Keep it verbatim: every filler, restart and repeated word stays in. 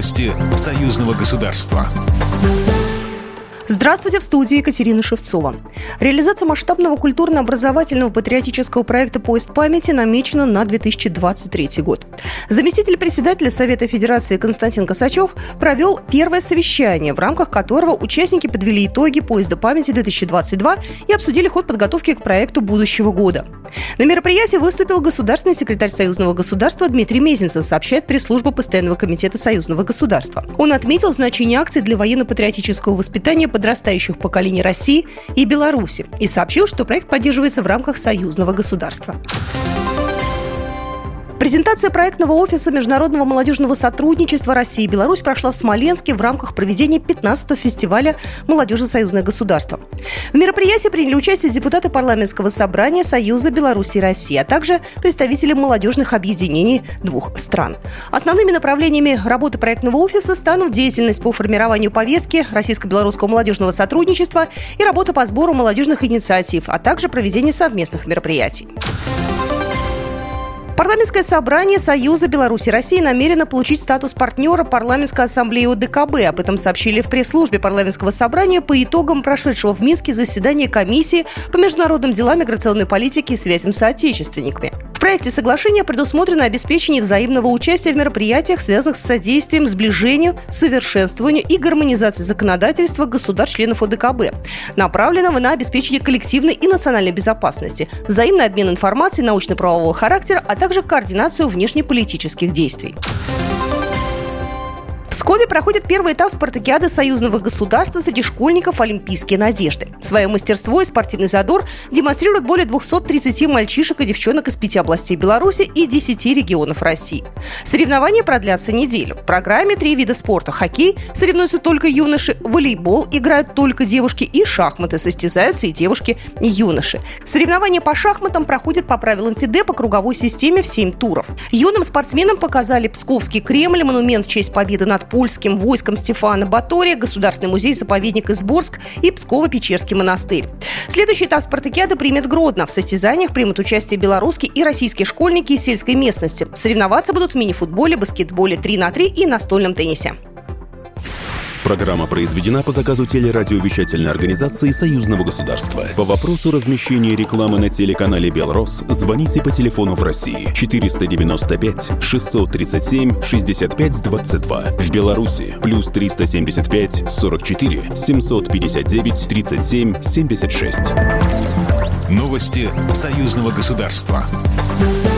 Новости союзного государства. Здравствуйте, в студии Екатерина Шевцова. Реализация масштабного культурно-образовательного патриотического проекта «Поезд памяти» намечена на две тысячи двадцать третий год. Заместитель председателя Совета Федерации Константин Косачев провел первое совещание, в рамках которого участники подвели итоги «Поезда памяти две тысячи двадцать два» и обсудили ход подготовки к проекту будущего года. На мероприятии выступил государственный секретарь Союзного государства Дмитрий Мезенцев, сообщает пресс-служба Постоянного комитета Союзного государства. Он отметил значение акций для военно-патриотического воспитания подрастающих поколений России и Беларуси и сообщил, что проект поддерживается в рамках союзного государства. Презентация проектного офиса Международного молодежного сотрудничества России и Беларусь прошла в Смоленске в рамках проведения пятнадцатого фестиваля «Молодежи союзное государство». В мероприятии приняли участие депутаты парламентского собрания Союза Беларуси и России, а также представители молодежных объединений двух стран. Основными направлениями работы проектного офиса станут деятельность по формированию повестки российско-белорусского молодежного сотрудничества и работа по сбору молодежных инициатив, а также проведение совместных мероприятий. Парламентское собрание Союза Беларуси и России намерено получить статус партнера парламентской ассамблеи ОДКБ. Об этом сообщили в пресс-службе парламентского собрания по итогам прошедшего в Минске заседания комиссии по международным делам, миграционной политике и связям с соотечественниками. В проекте соглашения предусмотрено обеспечение взаимного участия в мероприятиях, связанных с содействием сближению, совершенствованию и гармонизации законодательства государств-членов ОДКБ, направленного на обеспечение коллективной и национальной безопасности, взаимный обмен информацией научно-правового характера, а также координацию внешнеполитических действий. В Пскове проходит первый этап спартакиады союзного государства среди школьников «Олимпийские надежды». Свое мастерство и спортивный задор демонстрируют более двести тридцать мальчишек и девчонок из пяти областей Беларуси и десяти регионов России. Соревнования продлятся неделю. В программе три вида спорта. Хоккей – соревнуются только юноши, волейбол – играют только девушки, и шахматы – состязаются и девушки, и юноши. Соревнования по шахматам проходят по правилам ФИДЕ по круговой системе в семь туров. Юным спортсменам показали Псковский Кремль, монумент в честь победы над польским войском Стефана Батория, Государственный музей-заповедник Изборск и Псково-Печерский монастырь. Следующий этап спартакиады примет Гродно. В состязаниях примут участие белорусские и российские школьники из сельской местности. Соревноваться будут в мини-футболе, баскетболе три на три и настольном теннисе. Программа произведена по заказу телерадиовещательной организации Союзного государства. По вопросу размещения рекламы на телеканале «Белрос» звоните по телефону в России четыреста девяносто пять шестьсот тридцать семь шестьдесят пять двадцать два. В Беларуси плюс триста семьдесят пять сорок четыре семьсот пятьдесят девять тридцать семь семьдесят шесть. Новости союзного государства.